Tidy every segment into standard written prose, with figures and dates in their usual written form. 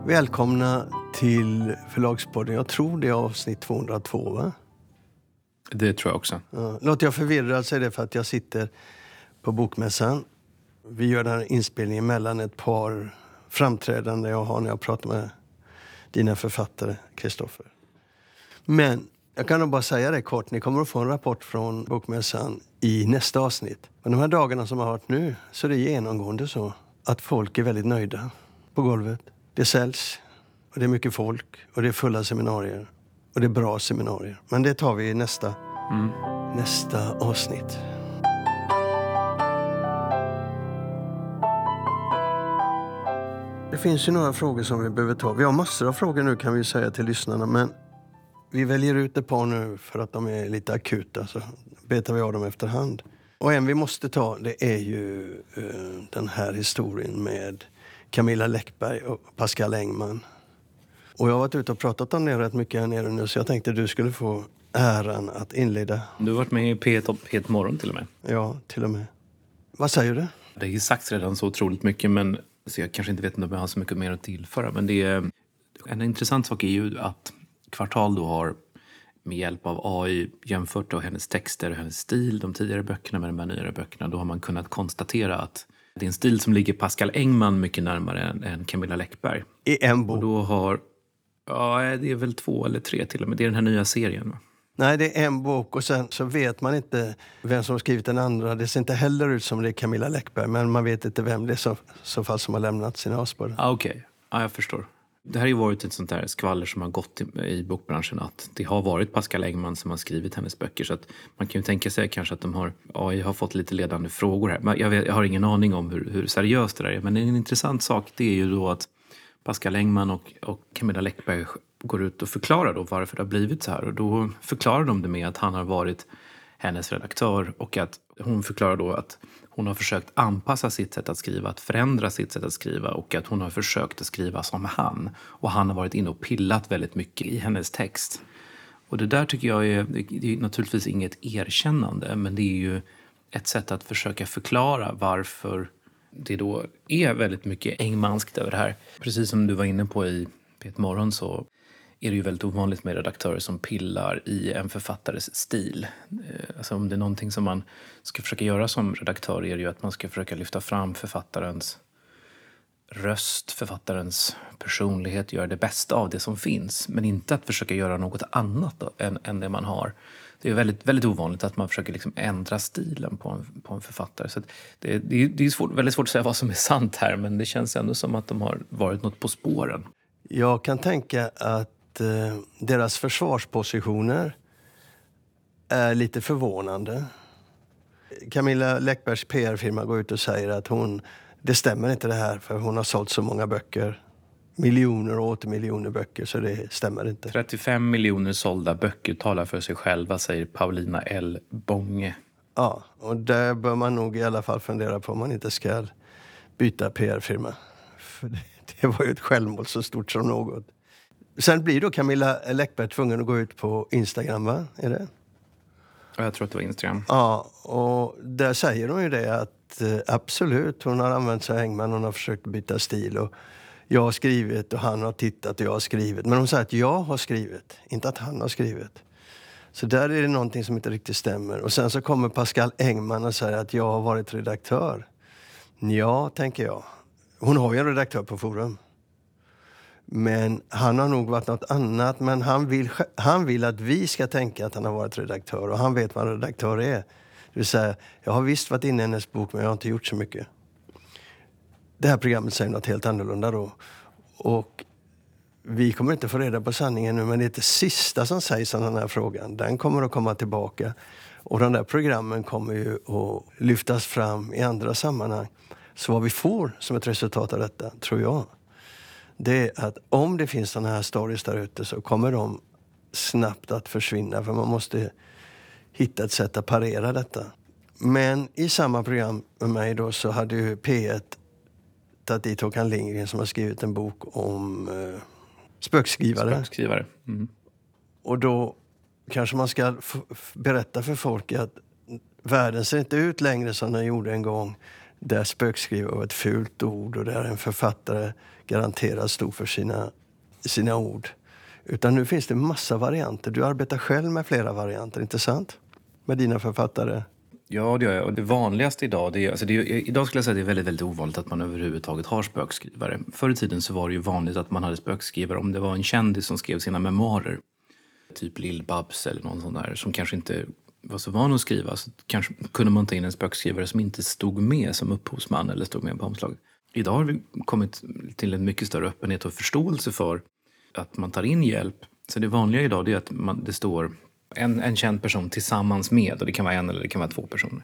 Välkomna till Förlagspodden. Jag tror det är avsnitt 202, va? Det tror jag också. Ja. Låter jag förvirrad så är det för att jag sitter på Bokmässan. Vi gör den här inspelningen mellan ett par framträdanden jag har när jag pratar med dina författare, Kristoffer. Men jag kan nog bara säga det kort. Ni kommer att få en rapport från Bokmässan i nästa avsnitt. Men de här dagarna som har varit nu så är det genomgående så att folk är väldigt nöjda på golvet. Det säljs och det är mycket folk och det är fulla seminarier och det är bra seminarier. Men det tar vi i nästa avsnitt. Det finns ju några frågor som vi behöver ta. Vi har massor av frågor nu kan vi säga till lyssnarna, men vi väljer ut ett par nu för att de är lite akuta, så betar vi av dem efterhand. Och en vi måste ta, det är ju den här historien med Camilla Läckberg och Pascal Engman. Och jag har varit ute och pratat om det rätt mycket här nere nu, så jag tänkte att du skulle få äran att inleda. Du har varit med i P1 Morgon till och med. Ja, till och med. Vad säger du? Det är ju sagt redan så otroligt mycket, men så jag kanske inte vet om jag har så mycket mer att tillföra. Men det är, en intressant sak är ju att Kvartal då har med hjälp av AI jämfört då hennes texter och hennes stil, de tidigare böckerna med de här nyare böckerna. Då har man kunnat konstatera att det är en stil som ligger Pascal Engman mycket närmare än Camilla Läckberg. I en bok? Och då har, ja det är väl 2 eller 3 till och med, det är den här nya serien, va? Nej, det är en bok och sen så vet man inte vem som har skrivit den andra. Det ser inte heller ut som det är Camilla Läckberg, men man vet inte vem det är så fall som har lämnat sina avspår. Okej. Ja, jag förstår. Det här har ju varit ett sånt där skvaller som har gått i bokbranschen, att det har varit Pascal Engman som har skrivit hennes böcker. Så att man kan ju tänka sig kanske att AI har fått lite ledande frågor här. Men jag har ingen aning om hur seriöst det där är. Men en intressant sak, det är ju då att Pascal Engman och Camilla Läckberg går ut och förklarar då varför det har blivit så här. Och då förklarar de det med att han har varit hennes redaktör och att hon förklarar då att hon har försökt anpassa sitt sätt att skriva, att förändra sitt sätt att skriva, och att hon har försökt att skriva som han. Och han har varit inne och pillat väldigt mycket i hennes text. Och det där tycker jag det är naturligtvis inget erkännande, men det är ju ett sätt att försöka förklara varför det då är väldigt mycket engmanskt över det här. Precis som du var inne på i P1 Morgon, så är det ju väldigt ovanligt med redaktörer som pillar i en författares stil. Alltså om det är någonting som man ska försöka göra som redaktör, är det ju att man ska försöka lyfta fram författarens röst, författarens personlighet, göra det bästa av det som finns. Men inte att försöka göra något annat då, än det man har. Det är väldigt, väldigt ovanligt att man försöker liksom ändra stilen på en författare. Så det är väldigt svårt att säga vad som är sant här, men det känns ändå som att de har varit något på spåren. Jag kan tänka att deras försvarspositioner är lite förvånande. Camilla Läckbergs PR-firma går ut och säger att det stämmer inte det här, för hon har sålt så många böcker. Miljoner och åter miljoner böcker, så det stämmer inte. 35 miljoner sålda böcker talar för sig själva, säger Paulina L. Bånge. Ja, och där bör man nog i alla fall fundera på om man inte ska byta PR-firma. För det var ju ett självmål så stort som något. Sen blir då Camilla Läckberg tvungen att gå ut på Instagram, va? Är det? Ja, jag tror att det var Instagram. Ja, och där säger hon ju det att absolut, hon har använt sig av Engman, hon har försökt byta stil och jag har skrivit och han har tittat och jag har skrivit. Men hon säger att jag har skrivit, inte att han har skrivit. Så där är det någonting som inte riktigt stämmer. Och sen så kommer Pascal Engman och säger att jag har varit redaktör. Ja, tänker jag. Hon har ju en redaktör på Forum. Men han har nog varit något annat. Men han vill att vi ska tänka att han har varit redaktör. Och han vet vad en redaktör är. Det vill säga, jag har visst varit inne i hennes bok, men jag har inte gjort så mycket. Det här programmet säger något helt annorlunda då. Och vi kommer inte få reda på sanningen nu, men det är det sista som sägs om den här frågan. Den kommer att komma tillbaka. Och de där programmen kommer ju att lyftas fram i andra sammanhang. Så vad vi får som ett resultat av detta, tror jag, det är att om det finns sådana här stories där ute så kommer de snabbt att försvinna. För man måste hitta ett sätt att parera detta. Men i samma program med mig då så hade ju P1 tagit dit Håkan Lindgren som har skrivit en bok om spökskrivare. Mm. Och då kanske man ska berätta för folk att världen ser inte ut längre som den gjorde en gång. där spökskrivare var ett fult ord och där en författare garanterat stod för sina ord. Utan nu finns det massa varianter. Du arbetar själv med flera varianter, inte sant? Med dina författare. Ja, det gör jag. Och det vanligaste idag, idag skulle jag säga att det är väldigt, väldigt ovanligt att man överhuvudtaget har spökskrivare. Förr i tiden så var det ju vanligt att man hade spökskrivare om det var en kändis som skrev sina memoarer. Typ Lill-Babs eller någon sån där som kanske inte var så van att skriva. Så kanske kunde man ta in en spökskrivare som inte stod med som upphovsman eller stod med på omslaget. Idag har vi kommit till en mycket större öppenhet och förståelse för att man tar in hjälp. Så det vanliga idag är att det står en känd person tillsammans med, och det kan vara en eller det kan vara 2 personer.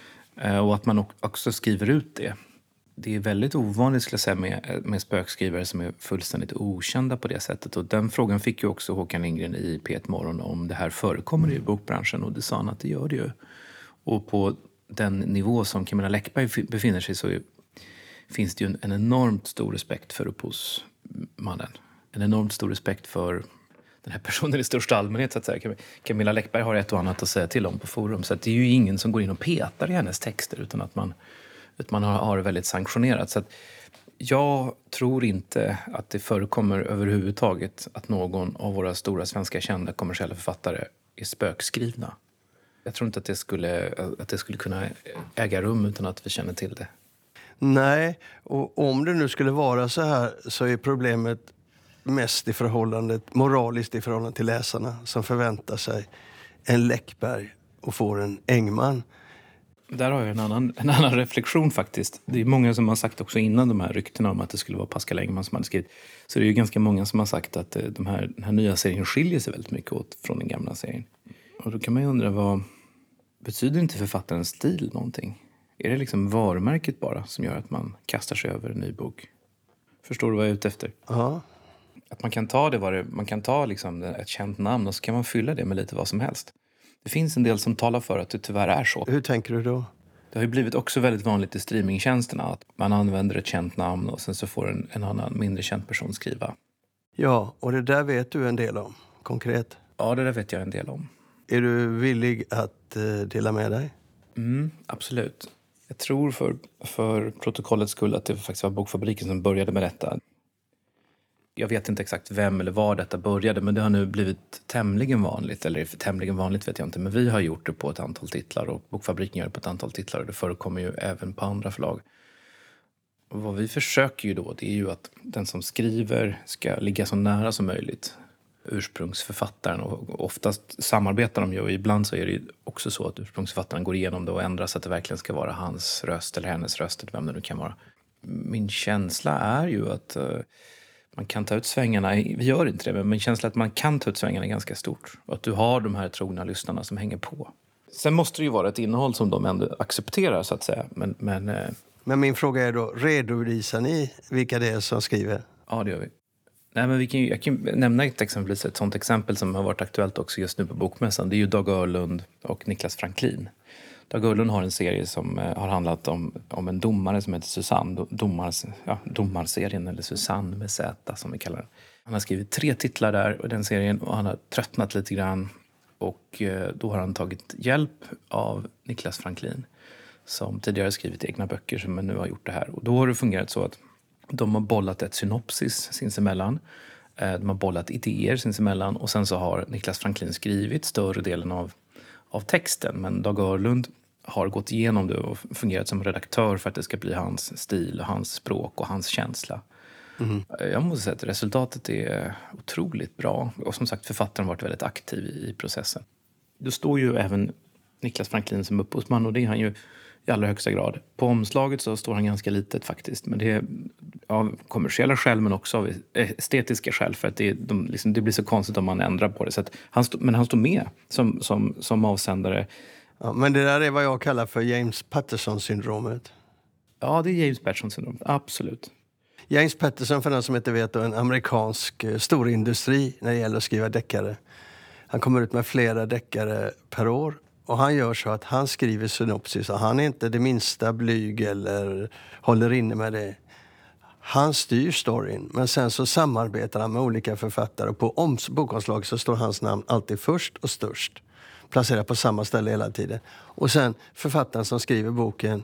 Och att man också skriver ut det. Det är väldigt ovanligt skulle jag säga med spökskrivare som är fullständigt okända på det sättet. Och den frågan fick ju också Håkan Lindgren i P1 Morgon om det här förekommer i bokbranschen, och det sa han att det gör det ju. Och på den nivå som Camilla Läckberg befinner sig så finns det ju en enormt stor respekt för upphovsmannen. En enormt stor respekt för den här personen i största allmänhet så att säga. Camilla Läckberg har ett och annat att säga till om på forum, så att det är ju ingen som går in och petar i hennes texter utan att man har det väldigt sanktionerat. Så att jag tror inte att det förekommer överhuvudtaget att någon av våra stora svenska kända kommersiella författare är spökskrivna. Jag tror inte att det skulle kunna äga rum utan att vi känner till det. Nej, och om det nu skulle vara så här så är problemet mest moraliskt i förhållande till läsarna som förväntar sig en Läckberg och får en Engman. Där har jag en annan reflektion faktiskt. Det är många som har sagt också innan de här ryktena om att det skulle vara Pascal Engman som hade skrivit. Så det är ju ganska många som har sagt att den här nya serien skiljer sig väldigt mycket åt från den gamla serien. Och då kan man ju undra, vad betyder inte författarens stil någonting? Är det liksom varumärket bara som gör att man kastar sig över en ny bok? Förstår du vad jag är ute efter? Ja. Att man kan ta man kan ta liksom ett känt namn och så kan man fylla det med lite vad som helst. Det finns en del som talar för att det tyvärr är så. Hur tänker du då? Det har ju blivit också väldigt vanligt i streamingtjänsterna att man använder ett känt namn och sen så får en annan mindre känd person skriva. Ja, och det där vet du en del om, konkret. Ja, det där vet jag en del om. Är du villig att dela med dig? Absolut. Jag tror för protokollets skull att det faktiskt var Bokfabriken som började med detta. Jag vet inte exakt vem eller var detta började, men det har nu blivit tämligen vanligt. Eller tämligen vanligt vet jag inte, men vi har gjort det på ett antal titlar och Bokfabriken gör det på ett antal titlar och det förekommer ju även på andra förlag. Och vad vi försöker ju då, det är ju att den som skriver ska ligga så nära som möjligt ursprungsförfattaren, och oftast samarbetar de ju, och ibland så är det ju också så att ursprungsförfattaren går igenom det och ändrar så att det verkligen ska vara hans röst eller hennes röst eller vem det nu kan vara. Min känsla är ju att man kan ta ut svängarna, vi gör inte det, men min känsla är att man kan ta ut svängarna är ganska stort och att du har de här trogna lyssnarna som hänger på. Sen måste det ju vara ett innehåll som de ändå accepterar så att säga, Men min fråga är då, redovisar ni vilka det är som skriver? Ja, det gör vi. Nej, men jag kan nämna ett sånt exempel som har varit aktuellt också just nu på Bokmässan. Det är ju Dag Öhrlund och Niklas Franklin. Dag Öhrlund har en serie som har handlat om en domare som heter Susanne. Domarserien, eller Susanne med Z som vi kallar den. Han har skrivit 3 titlar där i den serien och han har tröttnat lite grann. Och då har han tagit hjälp av Niklas Franklin som tidigare skrivit egna böcker som nu har gjort det här. Och då har det fungerat så att de har bollat ett synopsis sinsemellan. De har bollat idéer sinsemellan. Och sen så har Niklas Franklin skrivit större delen av texten. Men Dag Öhrlund har gått igenom det och fungerat som redaktör för att det ska bli hans stil och hans språk och hans känsla. Mm. Jag måste säga att resultatet är otroligt bra. Och som sagt, författaren har varit väldigt aktiv i processen. Då står ju även Niklas Franklin som upphovsman, och det är han ju i allra högsta grad. På omslaget så står han ganska litet faktiskt. Men det är av kommersiella skäl men också av estetiska skäl. För att det blir så konstigt om man ändrar på det. Så att men han står med som avsändare. Ja, men det där är vad jag kallar för James Patterson-syndromet. Ja, det är James Patterson-syndromet. Absolut. James Patterson, för den som inte vet, är en amerikansk storindustri när det gäller att skriva deckare. Han kommer ut med flera deckare per år. Och han gör så att han skriver synopsis. Och han är inte det minsta blyg eller håller inne med det. Han styr storyn. Men sen så samarbetar han med olika författare. Och på bokomslag så står hans namn alltid först och störst. Placerad på samma ställe hela tiden. Och sen författaren som skriver boken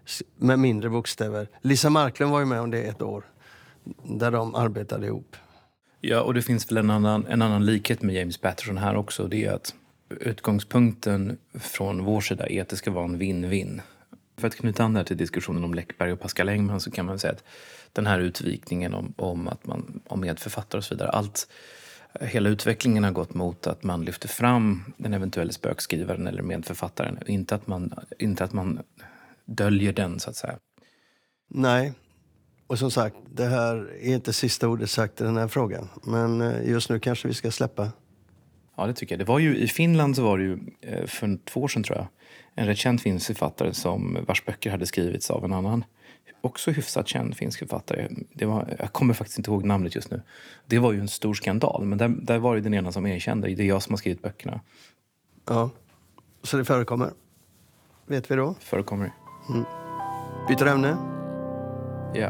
med mindre bokstäver. Lisa Marklund var ju med om det ett år, där de arbetade ihop. Ja, och det finns väl en annan likhet med James Patterson här också. Det är att utgångspunkten från vår sida är att det ska vara en win-win. För att knyta an här till diskussionen om Läckberg och Pascal Engman så kan man säga att den här utvikningen om medförfattare och så vidare, hela utvecklingen har gått mot att man lyfter fram den eventuella spökskrivaren eller medförfattaren. Inte att man döljer den, så att säga. Nej, och som sagt, det här är inte sista ordet sagt i den här frågan. Men just nu kanske vi ska släppa. Ja, det tycker jag. Det var ju, i Finland så var det ju för 2 år sedan, tror jag, en rätt känd finsk författare vars böcker hade skrivits av en annan också hyfsat känd finsk författare. Jag kommer faktiskt inte ihåg namnet just nu. Det var ju en stor skandal, men där var det den ena som erkände. Det är jag som har skrivit böckerna. Ja, så det förekommer. Vet vi då? Förekommer. Mm. Byter ämne? Ja.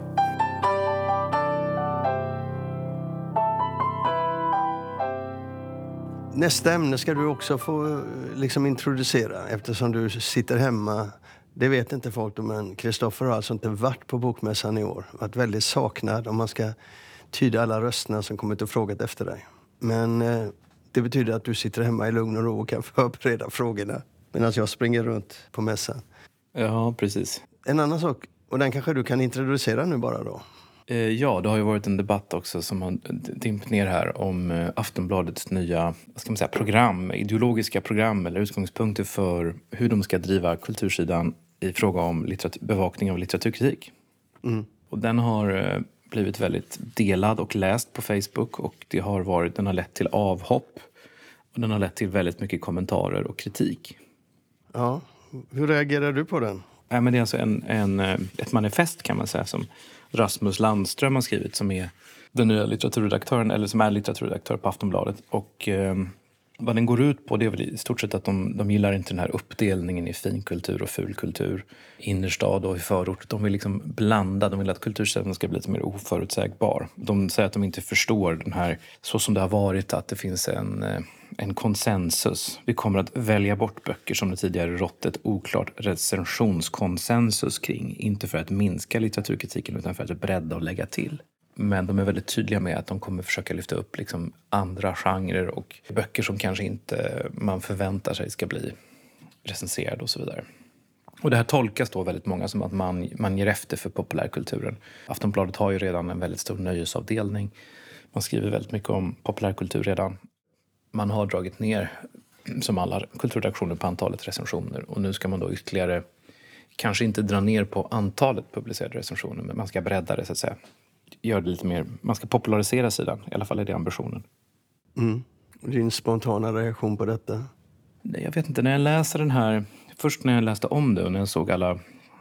Nästa ämne ska du också få liksom introducera eftersom du sitter hemma. Det vet inte folk, men Kristoffer har alltså inte varit på bokmässan i år. Varit väldigt saknad om man ska tyda alla rösterna som kommit och frågat efter dig. Men det betyder att du sitter hemma i lugn och ro och kan förbereda frågorna medan jag springer runt på mässan. Ja, precis. En annan sak, och den kanske du kan introducera nu bara då. Ja, det har ju varit en debatt också som har dimpt ner här om Aftonbladets nya, vad ska man säga, program, ideologiska program eller utgångspunkter för hur de ska driva kultursidan i fråga om bevakning av litteraturkritik. Mm. Och den har blivit väldigt delad och läst på Facebook och den har lett till avhopp och den har lett till väldigt mycket kommentarer och kritik. Ja, hur reagerar du på den? Men det är alltså ett manifest, kan man säga, som Rasmus Landström har skrivit, som är den nya litteraturredaktören, eller som är litteraturredaktör på Aftonbladet. Och vad den går ut på, det är väl i stort sett att de gillar inte den här uppdelningen i finkultur och fulkultur, innerstad och i förort. De vill liksom blanda, de vill att kultursidan ska bli lite mer oförutsägbar. De säger att de inte förstår den här, så som det har varit, att det finns en konsensus. Vi kommer att välja bort böcker som det tidigare rått ett oklart recensionskonsensus kring. Inte för att minska litteraturkritiken utan för att bredda och lägga till. Men de är väldigt tydliga med att de kommer försöka lyfta upp liksom andra genrer och böcker som kanske inte man förväntar sig ska bli recenserade och så vidare. Och det här tolkas då väldigt många som att man ger efter för populärkulturen. Aftonbladet har ju redan en väldigt stor nöjesavdelning. Man skriver väldigt mycket om populärkultur redan. Man har dragit ner, som alla kulturredaktioner, på antalet recensioner. Och nu ska man då ytterligare, kanske inte dra ner på antalet publicerade recensioner, men man ska bredda det, så att säga. Gör det lite mer, man ska popularisera sidan. I alla fall är det ambitionen. Mm. Din spontana reaktion på detta? Nej, jag vet inte, när jag läser den här, först när jag läste om det och när jag såg alla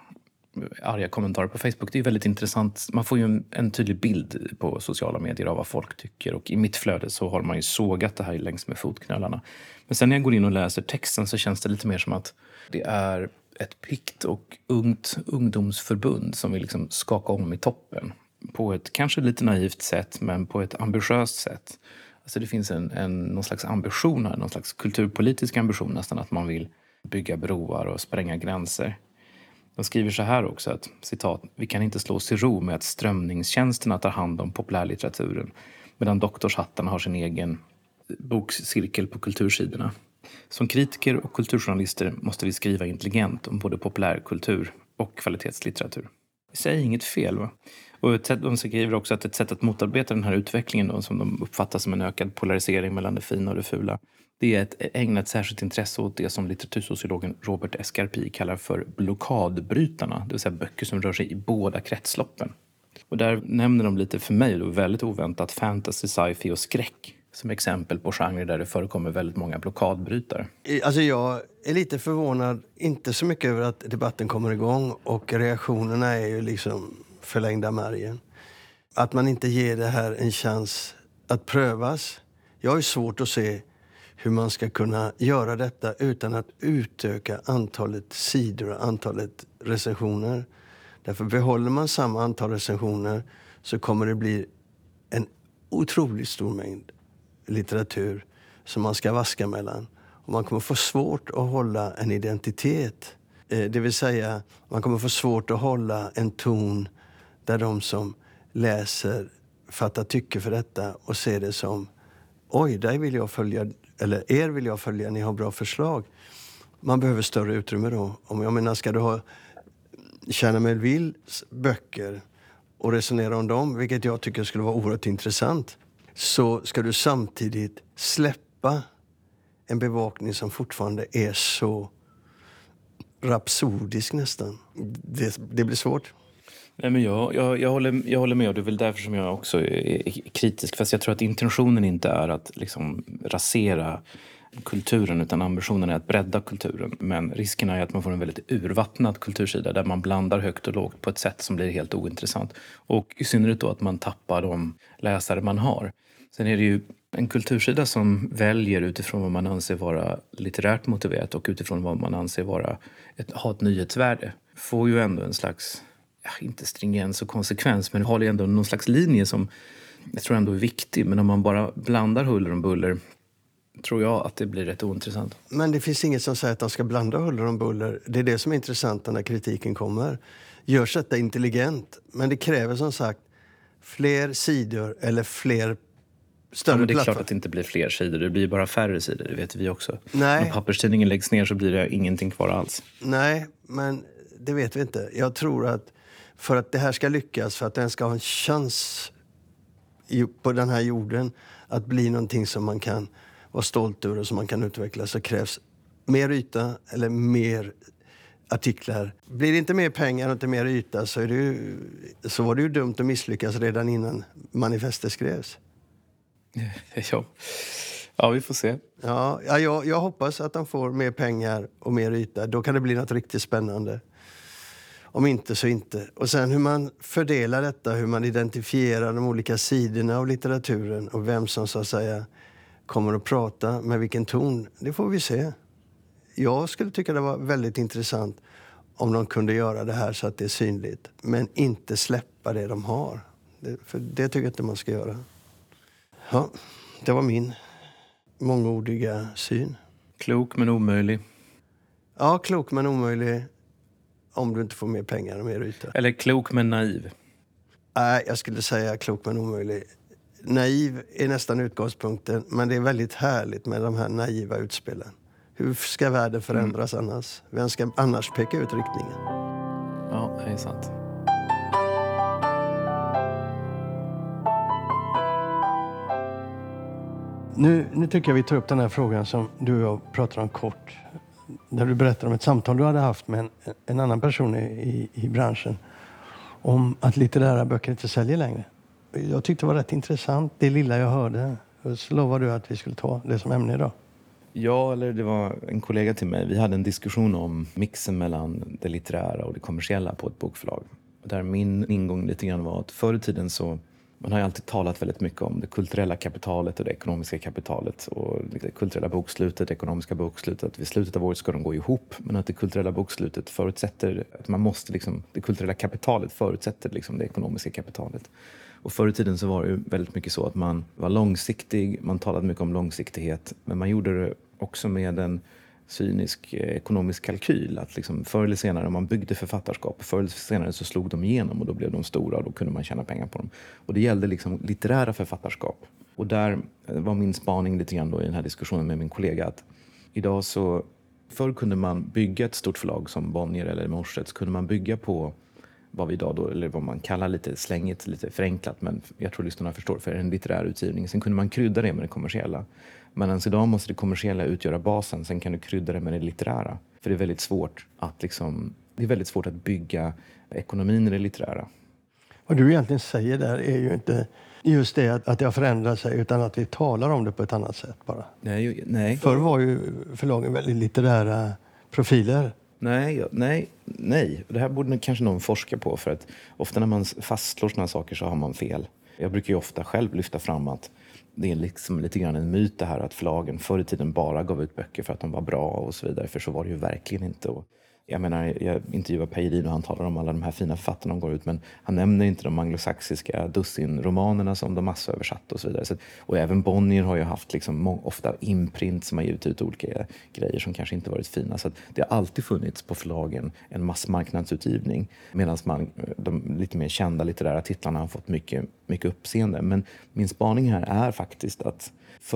arga kommentarer på Facebook, det är väldigt intressant. Man får ju en tydlig bild på sociala medier av vad folk tycker, och i mitt flöde så har man ju sågat det här längs med fotknölarna. Men sen när jag går in och läser texten så känns det lite mer som att det är ett piggt och ungt ungdomsförbund som vill liksom skaka om i toppen. På ett kanske lite naivt sätt, men på ett ambitiöst sätt. Alltså det finns någon slags ambition här, någon slags kulturpolitisk ambition nästan, att man vill bygga broar och spränga gränser. De skriver så här också att, citat, vi kan inte slå oss i ro med att strömningstjänsterna tar hand om populärlitteraturen, medan doktorshattarna har sin egen bokcirkel på kultursidorna. Som kritiker och kulturjournalister måste vi skriva intelligent om både populärkultur och kvalitetslitteratur. Det säger inget fel, va? Och de skriver också att ett sätt att motarbeta den här utvecklingen då, som de uppfattar som en ökad polarisering mellan det fina och det fula, det är att ägna ett särskilt intresse åt det som litteratursociologen Robert Escarpi kallar för blockadbrytarna, det vill säga böcker som rör sig i båda kretsloppen. Och där nämner de lite, för mig då, väldigt oväntat, fantasy, sci-fi och skräck som exempel på genrer där det förekommer väldigt många blockadbrytare. Alltså jag är lite förvånad, inte så mycket över att debatten kommer igång och reaktionerna är ju liksom förlängda märgen. Att man inte ger det här en chans att prövas. Jag har ju svårt att se hur man ska kunna göra detta utan att utöka antalet sidor och antalet recensioner. Därför behåller man samma antal recensioner så kommer det bli en otroligt stor mängd litteratur som man ska vaska mellan. Och man kommer få svårt att hålla en identitet Det vill säga, man kommer få svårt att hålla en ton där de som läser fattar tycke för detta och ser det som oj, där vill jag följa, eller er vill jag följa, ni har bra förslag. Man behöver större utrymme då. Jag menar, ska du ha Tjärna Melvilles böcker och resonera om dem, vilket jag tycker skulle vara oerhört intressant, så ska du samtidigt släppa en bevakning som fortfarande är så rapsodisk nästan. Det blir svårt. Nej, men jag håller med, och det är väl därför som jag också är kritisk. Fast jag tror att intentionen inte är att liksom rasera kulturen, utan ambitionen är att bredda kulturen. Men risken är att man får en väldigt urvattnad kultursida där man blandar högt och lågt på ett sätt som blir helt ointressant. Och i synnerhet då att man tappar de läsare man har. Sen är det ju en kultursida som väljer utifrån vad man anser vara litterärt motiverat och utifrån vad man anser vara ha ett nyhetsvärde. Får ju ändå en slags, inte stringens och konsekvens, men har ju ändå någon slags linje som jag tror ändå är viktig. Men om man bara blandar huller om buller tror jag att det blir rätt ointressant. Men det finns inget som säger att de ska blanda huller om buller. Det är det som är intressant när kritiken kommer. Görs detta intelligent, men det kräver som sagt fler sidor eller fler större men det är plattformar. klart att det inte blir fler sidor, det blir bara färre sidor, det vet vi också. Nej. Om papperstidningen läggs ner så blir det ingenting kvar alls. Nej, men det vet vi inte. Jag tror att för att det här ska lyckas, för att den ska ha en chans på den här jorden att bli någonting som man kan vara stolt över och som man kan utveckla, så krävs mer yta eller mer artiklar. Blir det inte mer pengar och inte mer yta så var det ju dumt att misslyckas redan innan manifestet skrevs. Ja, vi får se. Ja, jag hoppas att de får mer pengar och mer yta. Då kan det bli något riktigt spännande. Om inte så inte. Och sen hur man fördelar detta, hur man identifierar de olika sidorna av litteraturen och vem som så att säga kommer att prata med vilken ton, det får vi se. Jag skulle tycka det var väldigt intressant om de kunde göra det här så att det är synligt. Men inte släppa det de har. För det tycker jag inte man ska göra. Ja, det var min mångordiga syn. Klok men omöjlig. Ja, klok men omöjlig om du inte får mer pengar och mer yta. Eller klok men naiv. Nej, jag skulle säga klok men omöjlig. Naiv är nästan utgångspunkten, men det är väldigt härligt med de här naiva utspelen. Hur ska världen förändras annars? Vem ska annars peka ut riktningen? Ja, det är sant. Nu tycker jag vi tar upp den här frågan som du och jag pratar om kort. Där du berättar om ett samtal du hade haft med en annan person i branschen. Om att litterära böcker inte säljer längre. Jag tyckte det var rätt intressant, det lilla jag hörde. Och så lovade du att vi skulle ta det som ämne idag. Ja, eller det var en kollega till mig. Vi hade en diskussion om mixen mellan det litterära och det kommersiella på ett bokförlag. Där min ingång lite grann var att förr i tiden så man har ju alltid talat väldigt mycket om det kulturella kapitalet och det ekonomiska kapitalet. Och det kulturella bokslutet, det ekonomiska bokslutet. Att vid slutet av året ska de gå ihop. Men att det kulturella bokslutet förutsätter att man måste det kulturella kapitalet förutsätter det ekonomiska kapitalet. Och förr i tiden så var det ju väldigt mycket så att man var långsiktig. Man talade mycket om långsiktighet. Men man gjorde det också med en cynisk ekonomisk kalkyl. Att förr eller senare, om man byggde författarskap, förr eller senare så slog de igenom och då blev de stora och då kunde man tjäna pengar på dem. Och det gällde litterära författarskap. Och där var min spaning lite grann då i den här diskussionen med min kollega att idag så, förr kunde man bygga ett stort förlag som Bonnier eller Morstedts, kunde man bygga på vad vi idag då, eller vad man kallar lite slängigt, lite förenklat, men jag tror lyssnarna förstår, för en litterär utgivning. Sen kunde man krydda det med det kommersiella. Men idag måste det kommersiella utgöra basen, sen kan du krydda det med det litterära. För det är väldigt svårt att bygga ekonomin i det litterära. Vad du egentligen säger där är ju inte just det att det har förändrat sig, utan att vi talar om det på ett annat sätt bara. Nej. Förr var ju förlagen väldigt litterära profiler. Nej. Det här borde kanske någon forska på, för att ofta när man fastslår såna saker så har man fel. Jag brukar ju ofta själv lyfta fram att det är lite grann en myt det här att förlagen förr i tiden bara gav ut böcker för att de var bra och så vidare. För så var det ju verkligen inte. Och Jag menar, jag intervjuar Pejrin och han talar om alla de här fina författarna som går ut, men han nämner inte de anglosaxiska dussinromanerna som de massöversatte och så vidare. Och även Bonnier har ju haft liksom ofta imprint som har givit ut olika grejer som kanske inte varit fina. Så det har alltid funnits på förlagen en massmarknadsutgivning, medan de lite mer kända litterära titlarna har fått mycket uppseende. Men min spaning här är faktiskt att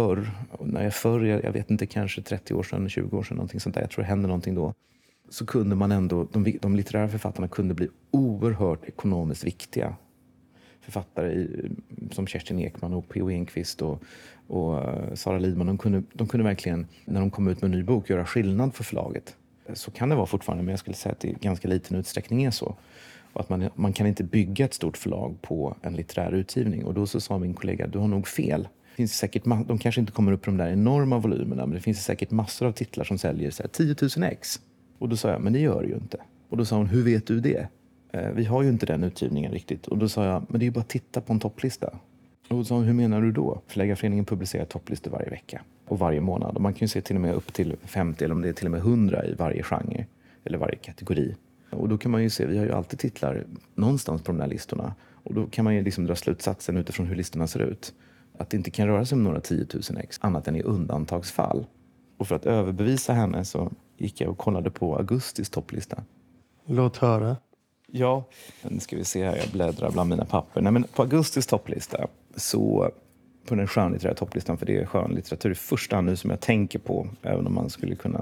jag vet inte, kanske 30 år sedan, 20 år sedan, någonting sånt där, jag tror det hände någonting då, så kunde man ändå, de litterära författarna kunde bli oerhört ekonomiskt viktiga. Författare som Kerstin Ekman och P.O. Enquist och Sara Lidman, de kunde verkligen, när de kom ut med en ny bok, göra skillnad för förlaget. Så kan det vara fortfarande, men jag skulle säga att det i ganska liten utsträckning är så. Och att man kan inte bygga ett stort förlag på en litterär utgivning. Och då så sa min kollega, du har nog fel. Det finns säkert, de kanske inte kommer upp på de där enorma volymerna, men det finns säkert massor av titlar som säljer så här 10 000 ex. Och då sa jag, men det gör det ju inte. Och då sa hon, hur vet du det? Vi har ju inte den utgivningen riktigt. Och då sa jag, men det är ju bara att titta på en topplista. Och då sa hon, hur menar du då? Förläggarföreningen publicerar topplistor varje vecka och varje månad. Och man kan ju se till och med upp till 50 eller om det är till och med 100 i varje genre eller varje kategori. Och då kan man ju se, vi har ju alltid titlar någonstans på de där listorna. Och då kan man ju liksom dra slutsatsen utifrån hur listorna ser ut. Att det inte kan röra sig om några 10 000 ex annat än i undantagsfall. Och för att överbevisa henne så gick jag och kollade på augustis topplista. Låt höra. Ja, nu ska vi se här, jag bläddrar bland mina papper. Nej, men på augustis topplista, så på den skönlitterära topplistan, för det är skönlitteratur i första hand nu som jag tänker på, även om man skulle kunna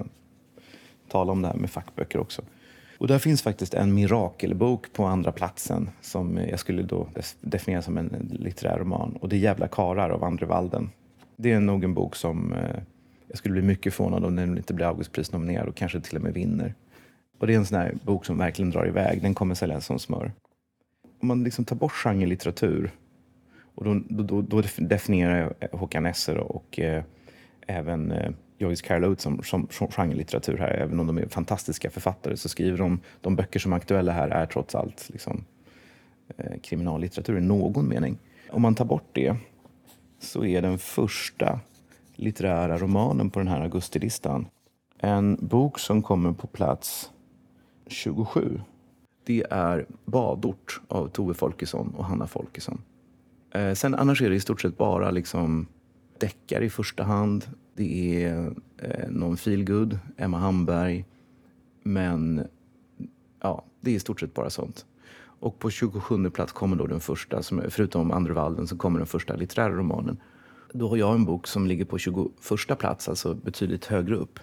tala om det här med fackböcker också. Och där finns faktiskt en mirakelbok på andra platsen som jag skulle då definiera som en litterär roman. Och det är Jävla karar av Andre Walden. Det är nog en bok som jag skulle bli mycket förvånad om den inte blir Augustprisnominerad och kanske till och med vinner. Och det är en sån här bok som verkligen drar iväg. Den kommer säljas som smör. Om man liksom tar bort genrelitteratur, och då definierar jag Håkan Nesser och även Joyce Carol Oates som genrelitteratur här. Även om de är fantastiska författare så skriver de böcker som är aktuella här är trots allt liksom, kriminallitteratur i någon mening. Om man tar bort det så är den första litterära romanen på den här augustilistan en bok som kommer på plats 27. Det är Badort av Tove Folkesson och Hanna Folkesson. Sen annars är det i stort sett bara liksom deckare i första hand. Det är någon feelgood, Emma Hamberg. Men ja, det är i stort sett bara sånt. Och på 27 plats kommer då den första, som, förutom Andre Walden, så kommer den första litterära romanen. Då har jag en bok som ligger på 21 plats, alltså betydligt högre upp.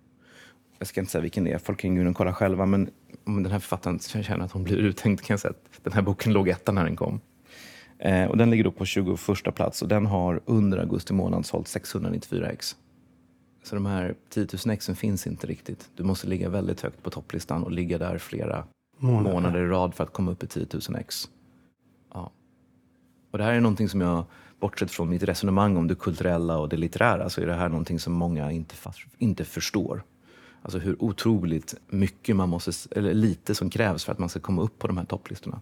Jag ska inte säga vilken det är, folk kan ju kolla själva, men om den här författaren känner att hon blir uttänkt kan jag säga att den här boken låg etta när den kom. Och den ligger då på 21 plats och den har under augusti månad sålt 694 ex. Så de här 10 000 exen finns inte riktigt. Du måste ligga väldigt högt på topplistan och ligga där flera månader i rad för att komma upp i 10 000 ex. Ja. Och det här är någonting som jag, bortsett från mitt resonemang om det kulturella och det litterära, så är det här någonting som många inte förstår. Alltså hur otroligt mycket eller lite som krävs för att man ska komma upp på de här topplistorna.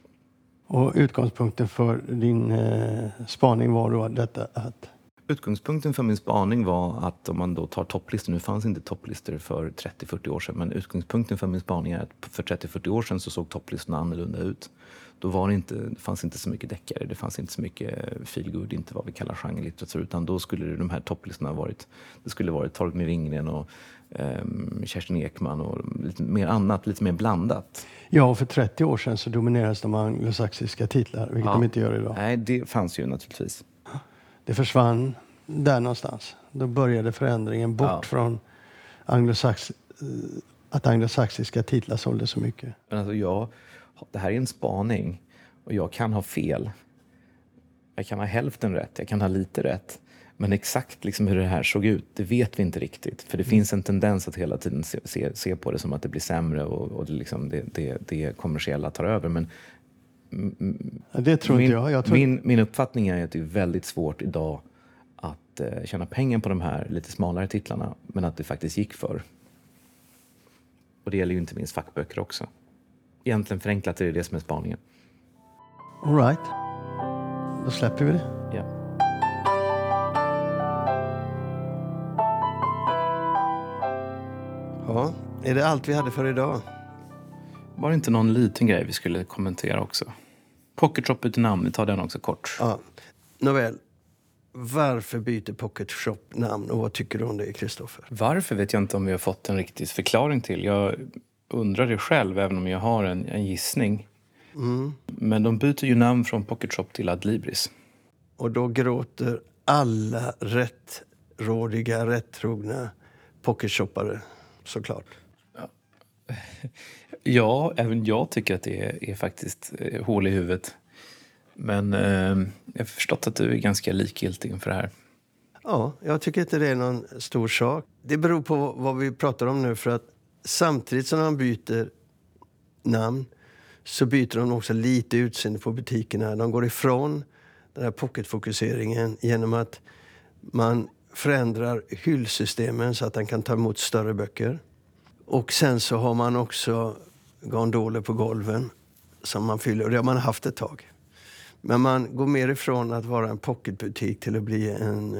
Och utgångspunkten för din spaning var då detta att... Utgångspunkten för min spaning var att om man då tar topplistor, nu fanns inte topplistor för 30-40 år sedan, men utgångspunkten för min spaning är att för 30-40 år sedan så såg topplistorna annorlunda ut. Då var det fanns inte så mycket deckare, det fanns inte så mycket feelgood, inte vad vi kallar genrelitteratur, utan då skulle de här topplistorna varit Torgny Ringren och Kerstin Ekman och lite mer annat, lite mer blandat. Ja, och för 30 år sedan så dominerades de anglosaxiska titlar, vilket de inte gör idag. Nej, det fanns ju naturligtvis. Det försvann där någonstans. Då började förändringen bort från att anglosaxiska titlar sålde så mycket. Men alltså det här är en spaning och jag kan ha fel. Jag kan ha hälften rätt, jag kan ha lite rätt. Men exakt liksom hur det här såg ut, det vet vi inte riktigt. För det finns en tendens att hela tiden se på det som att det blir sämre och liksom det kommersiella tar över. Men det tror inte jag. Min uppfattning är att det är väldigt svårt idag att tjäna pengar på de här lite smalare titlarna. Men att det faktiskt gick för. Och det gäller ju inte minst fackböcker också. Egentligen förenklat är det som är spaningen. All right. Då släpper vi det. Ja. Ja, är det allt vi hade för idag? Var det inte någon liten grej vi skulle kommentera också? Pocket Shop byter namn, vi tar den också kort. Ja, nåväl. Varför byter Pocket Shop namn och vad tycker du om det, Kristoffer? Varför vet jag inte om vi har fått en riktig förklaring till. Jag undrar det själv, även om jag har en gissning. Men de byter ju namn från Pocket Shop till Adlibris. Och då gråter alla rättrådiga, rättrogna pocketshoppare, såklart. Ja, även jag tycker att det är faktiskt hål i huvudet. Men jag har förstått att du är ganska likgiltig inför det här. Ja, jag tycker inte det är någon stor sak. Det beror på vad vi pratar om nu, för att samtidigt som de byter namn så byter de också lite utseende på butikerna. De går ifrån den här pocketfokuseringen genom att man förändrar hyllsystemen så att den kan ta emot större böcker. Och sen så har man också gondoler på golven som man fyller. Och det har man haft ett tag. Men man går mer ifrån att vara en pocketbutik till att bli en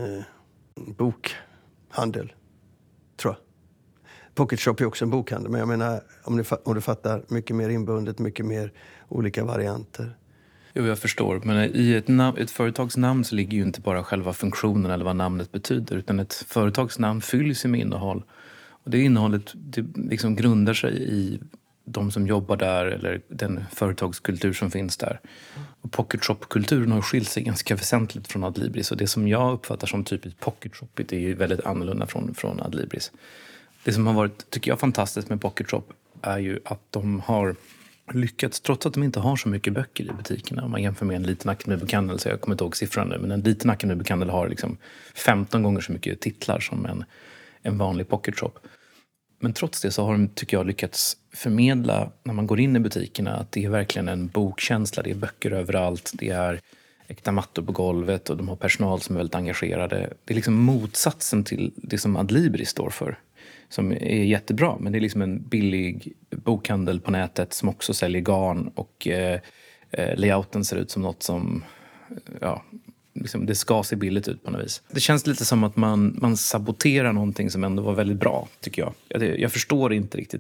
bokhandel, tror jag. Pocket Shop är också en bokhandel, men jag menar om du fattar, mycket mer inbundet, mycket mer olika varianter. Jo, jag förstår. Men i ett företags namn så ligger ju inte bara själva funktionen eller vad namnet betyder, utan ett företags namn fylls med innehåll. Och det innehållet det liksom grundar sig i de som jobbar där eller den företagskultur som finns där. Och Pocket Shop-kulturen har skilt sig ganska väsentligt från Adlibris. Och det som jag uppfattar som typiskt Pocket Shopigt är ju väldigt annorlunda från Adlibris. Det som har varit, tycker jag, fantastiskt med Pocket Shop är ju att de har lyckats, trots att de inte har så mycket böcker i butikerna. Om man jämför med en liten Akademibokhandel, så jag kommer inte ihåg siffran nu, men en liten Akademibokhandel har liksom 15 gånger så mycket titlar som en vanlig Pocket Shop. Men trots det så har de, tycker jag, lyckats förmedla när man går in i butikerna att det är verkligen en bokkänsla. Det är böcker överallt, det är äkta mattor på golvet och de har personal som är väldigt engagerade. Det är liksom motsatsen till det som Adlibris står för, som är jättebra. Men det är liksom en billig bokhandel på nätet som också säljer garn och layouten ser ut som något som, ja, liksom, det ska se billigt ut på något vis. Det känns lite som att man saboterar någonting som ändå var väldigt bra, tycker jag. Jag förstår inte riktigt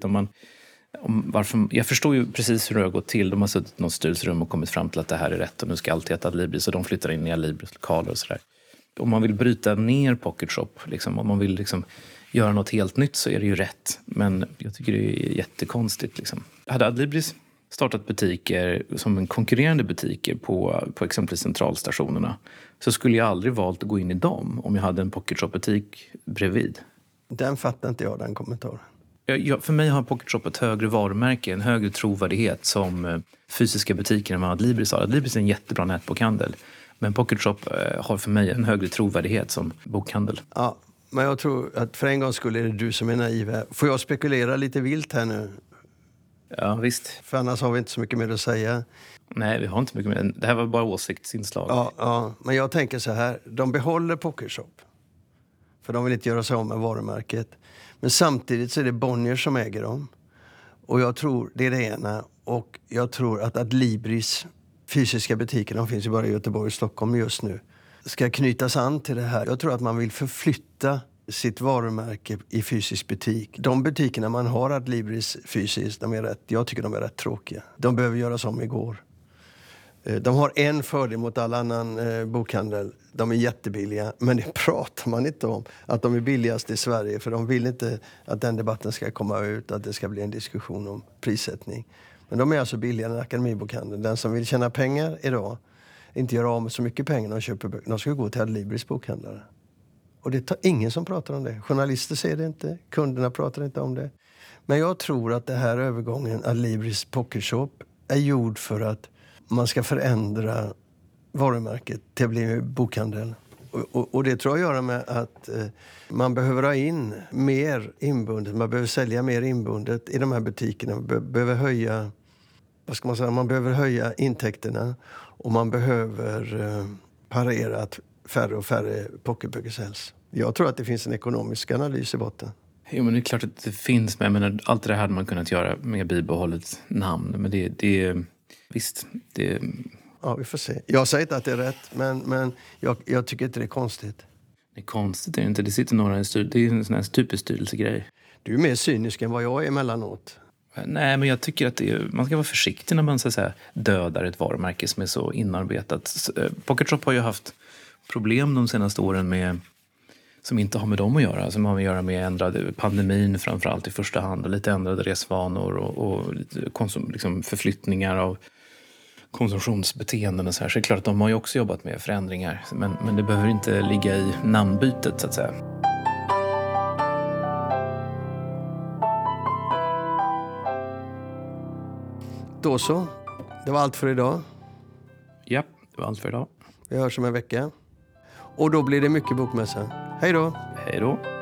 varför. Jag förstår ju precis hur det har gått till. De har suttit i något styrelserum och kommit fram till att det här är rätt och nu ska allt heta Adlibris, så de flyttar in i Adlibris lokaler och sådär. Om man vill bryta ner Pocket Shop, liksom, om man vill liksom göra något helt nytt, så är det ju rätt. Men jag tycker det är jättekonstigt. Liksom. Hade Adlibris startat butiker som en konkurrerande butiker på exempelvis centralstationerna, så skulle jag aldrig valt att gå in i dem om jag hade en Pocket Shop-butik bredvid. Den fattar inte jag, den kommentaren. För mig har Pocket Shop ett högre varumärke, en högre trovärdighet som fysiska butiker än vad Adlibris har. Adlibris är en jättebra nätbokhandel, men Pocket Shop har för mig en högre trovärdighet som bokhandel. Ja, men jag tror att för en gång skulle det du som är naiv här. Får jag spekulera lite vilt här nu? Ja, visst. För annars har vi inte så mycket mer att säga. Nej, vi har inte mycket mer. Det här var bara åsiktsinslag. Ja, men jag tänker så här. De behåller Pocket Shop. För de vill inte göra sig om med varumärket. Men samtidigt så är det Bonnier som äger dem. Och jag tror det är det ena. Och jag tror att Adlibris fysiska butiker, de finns ju bara i Göteborg och Stockholm just nu, ska knytas an till det här. Jag tror att man vill förflytta sitt varumärke i fysisk butik. De butikerna man har Adlibris fysiskt, jag tycker de är rätt tråkiga. De behöver göras om igår. De har en fördel mot all annan bokhandel. De är jättebilliga, men det pratar man inte om. Att de är billigast i Sverige, för de vill inte att den debatten ska komma ut, att det ska bli en diskussion om prissättning. Men de är alltså billigare än Akademibokhandeln. Den som vill tjäna pengar idag, inte göra av med så mycket pengar när de köper böcker, de ska gå till Adlibris bokhandlare. Och det är ingen som pratar om det. Journalister ser det inte, kunderna pratar inte om det. Men jag tror att det här övergången, Adlibris Pocket Shop, är gjord för att man ska förändra varumärket till att bli bokhandel. Och det tror jag gör med att man behöver ha in mer inbundet. Man behöver sälja mer inbundet i de här butikerna. Man behöver höja, man behöver höja intäkterna. Och man behöver parera att färre och färre pocketböcker säljs. Jag tror att det finns en ekonomisk analys i botten. Jo, men det är klart att det finns. Men jag menar, allt det här hade man kunnat göra med bibehållet namn. Men visst, det... Ja, vi får se. Jag säger inte att det är rätt, men jag tycker inte det är konstigt. Det är konstigt, det är inte. Det sitter några i det är en sån här typisk styrelsegrej. Du är mer cynisk än vad jag är emellanåt. Nej, men jag tycker att man ska vara försiktig när man så att säga, dödar ett varumärke som är så inarbetat. Pocket Shop har ju haft problem de senaste åren med, som inte har med dem att göra. Som har att göra med ändrade pandemin framförallt i första hand. Och lite ändrade resvanor och lite liksom förflyttningar av konsumtionsbeteenden och så här. Så det är klart att de har ju också jobbat med förändringar. Men det behöver inte ligga i namnbytet så att säga. Då så. Det var allt för idag. Ja, det var allt för idag. Vi hörs om en vecka. Och då blir det mycket bokmässa. Hej då! Hej då!